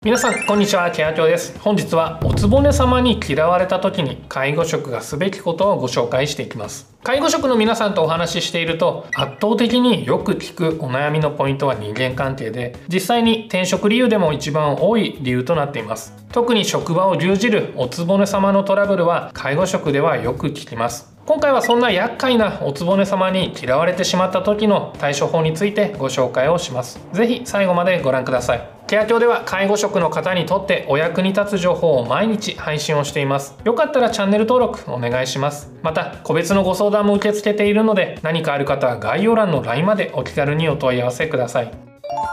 皆さんこんにちは、ケアキョウです。本日はおつぼね様に嫌われた時に介護職がすべきことをご紹介していきます。介護職の皆さんとお話ししていると圧倒的によく聞くお悩みのポイントは人間関係で、実際に転職理由でも一番多い理由となっています。特に職場を牛耳るおつぼね様のトラブルは介護職ではよく聞きます。今回はそんな厄介なおつぼね様に嫌われてしまった時の対処法についてご紹介をします。ぜひ最後までご覧ください。ケアキョウでは介護職の方にとってお役に立つ情報を毎日配信をしています。よかったらチャンネル登録お願いします。また個別のご相談も受け付けているので、何かある方は概要欄の LINE までお気軽にお問い合わせください。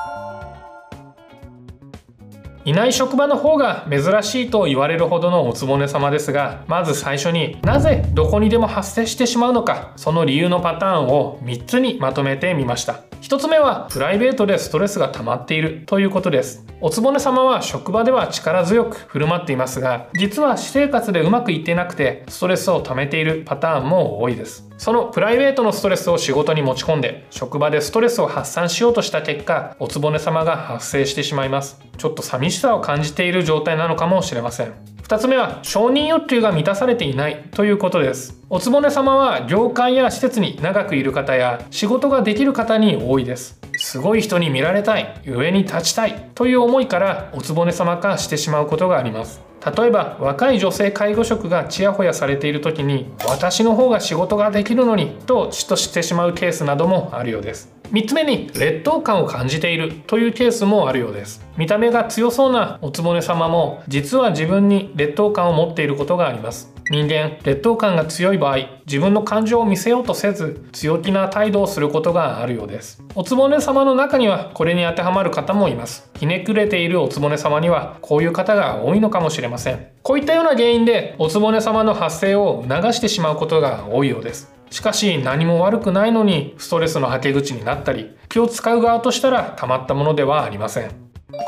いない職場の方が珍しいと言われるほどのおつぼね様ですが、まず最初になぜどこにでも発生してしまうのか、その理由のパターンを3つにまとめてみました。1つ目はプライベートでストレスが溜まっているということです。おつぼね様は職場では力強く振る舞っていますが、実は私生活でうまくいっていなくてストレスを溜めているパターンも多いです。そのプライベートのストレスを仕事に持ち込んで職場でストレスを発散しようとした結果、おつぼね様が発生してしまいます。ちょっと寂しさを感じている状態なのかもしれません。2つ目は承認欲求が満たされていないということです。おつぼね様は業界や施設に長くいる方や仕事ができる方に多いです。すごい人に見られたい、上に立ちたいという思いからおつぼね様化してしまうことがあります。例えば若い女性介護職がちやほやされている時に、私の方が仕事ができるのにと嫉妬してしまうケースなどもあるようです。3つ目に劣等感を感じているというケースもあるようです。見た目が強そうなおつぼね様も実は自分に劣等感を持っていることがあります。人間、劣等感が強い場合、自分の感情を見せようとせず強気な態度をすることがあるようです。おつぼね様の中にはこれに当てはまる方もいます。ひねくれているおつぼね様にはこういう方が多いのかもしれません。こういったような原因でおつぼね様の発生を促してしまうことが多いようです。しかし何も悪くないのにストレスのはけ口になったり、気を使う側としたらたまったものではありません。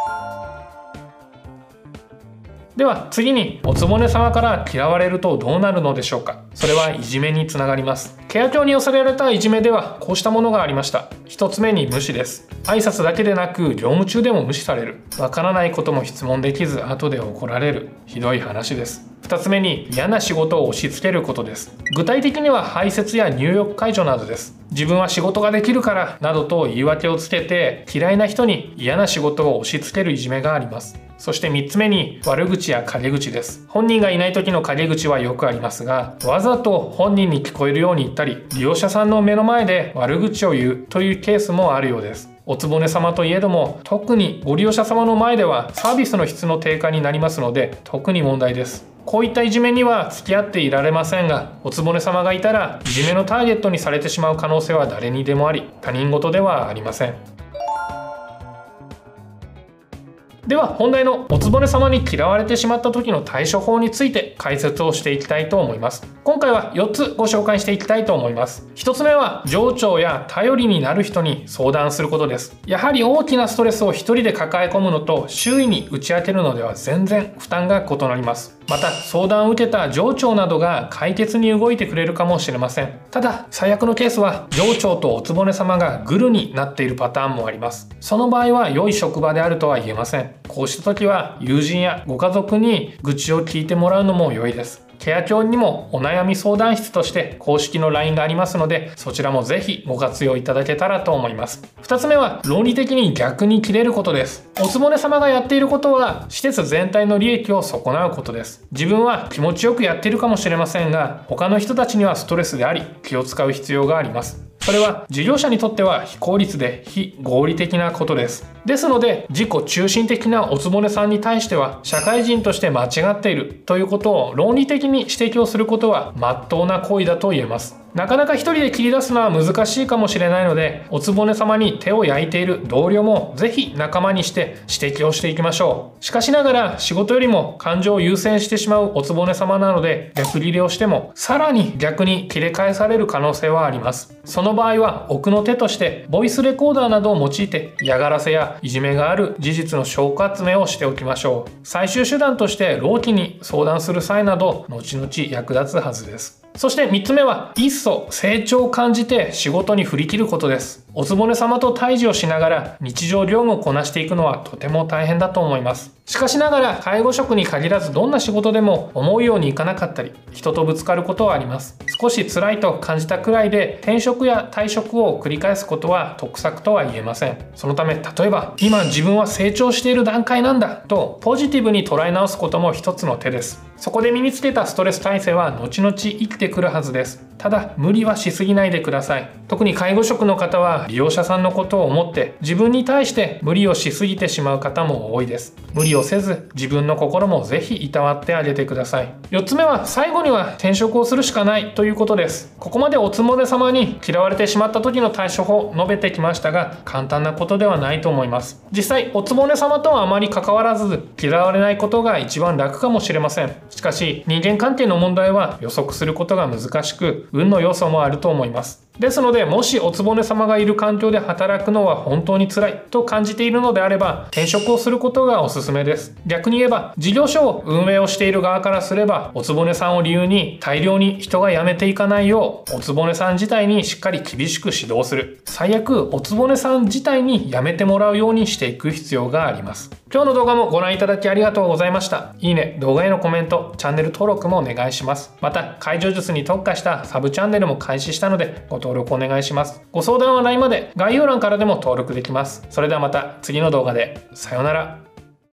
では次におつぼね様から嫌われるとどうなるのでしょうか。それはいじめにつながります。ケアキョウに寄せられたいじめではこうしたものがありました。1つ目に無視です。挨拶だけでなく業務中でも無視される。わからないことも質問できず後で怒られる。ひどい話です。2つ目に嫌な仕事を押し付けることです。具体的には排泄や入浴介助などです。自分は仕事ができるからなどと言い訳をつけて嫌いな人に嫌な仕事を押し付けるいじめがあります。そして3つ目に悪口や陰口です。本人がいない時の陰口はよくありますが、わざと本人に聞こえるように言ったり、利用者さんの目の前で悪口を言うというケースもあるようです。おつぼね様といえども、特にご利用者様の前ではサービスの質の低下になりますので特に問題です。こういったいじめには付き合っていられませんが、おつぼね様がいたらいじめのターゲットにされてしまう可能性は誰にでもあり、他人事ではありません。では本題のおつぼね様に嫌われてしまった時の対処法について解説をしていきたいと思います。今回は4つご紹介していきたいと思います。1つ目は上長や頼りになる人に相談することです。やはり大きなストレスを一人で抱え込むのと周囲に打ち明けるのでは全然負担が異なります。また相談を受けた上長などが解決に動いてくれるかもしれません。ただ最悪のケースは上長とおつぼね様がグルになっているパターンもあります。その場合は良い職場であるとは言えません。こうした時は友人やご家族に愚痴を聞いてもらうのも良いです。ケアキョウにもお悩み相談室として公式の LINE がありますので、そちらもぜひご活用いただけたらと思います。2つ目は論理的に逆に切れることです。おつぼね様がやっていることは施設全体の利益を損なうことです。自分は気持ちよくやっているかもしれませんが、他の人たちにはストレスであり気を使う必要があります。それは事業者にとっては非効率で非合理的なことです。ですので自己中心的なおつぼねさんに対しては社会人として間違っているということを論理的に指摘をすることは真っ当な行為だと言えます。なかなか一人で切り出すのは難しいかもしれないので、おつぼね様に手を焼いている同僚もぜひ仲間にして指摘をしていきましょう。しかしながら仕事よりも感情を優先してしまうおつぼね様なので、逆ギレをしてもさらに逆に切れ返される可能性はあります。その場合は奥の手としてボイスレコーダーなどを用いて嫌がらせやいじめがある事実の証拠集めをしておきましょう。最終手段として労基に相談する際など後々役立つはずです。 そして3つ目は、一層成長を感じて仕事に振り切ることです。おつぼね様と対峙をしながら日常業務をこなしていくのはとても大変だと思います。しかしながら介護職に限らずどんな仕事でも思うようにいかなかったり、人とぶつかることはあります。少し辛いと感じたくらいで転職や退職を繰り返すことは得策とは言えません。そのため、例えば今自分は成長している段階なんだとポジティブに捉え直すことも一つの手です。そこで身につけたストレス耐性は後々生きてくるはずです。ただ無理はしすぎないでください。特に介護職の方は利用者さんのことを思って自分に対して無理をしすぎてしまう方も多いです。無理をせず自分の心もぜひいたわってあげてください。4つ目は、最後には転職をするしかないということです。ここまでおつぼね様に嫌われてしまった時の対処法を述べてきましたが、簡単なことではないと思います。実際おつぼね様とはあまり関わらず嫌われないことが一番楽かもしれません。しかし人間関係の問題は予測することが難しく、運の要素もあると思います。ですので、もしおつぼね様がいる環境で働くのは本当に辛いと感じているのであれば、転職をすることがおすすめです。逆に言えば、事業所を運営をしている側からすれば、おつぼねさんを理由に大量に人が辞めていかないよう、おつぼねさん自体にしっかり厳しく指導する。最悪、おつぼねさん自体に辞めてもらうようにしていく必要があります。今日の動画もご覧いただきありがとうございました。いいね、動画へのコメント、チャンネル登録もお願いします。また、介助術に特化したサブチャンネルも開始したので、ご登録お願いします。ご相談は LINE まで概要欄からでも登録できます。それではまた次の動画で。さようなら。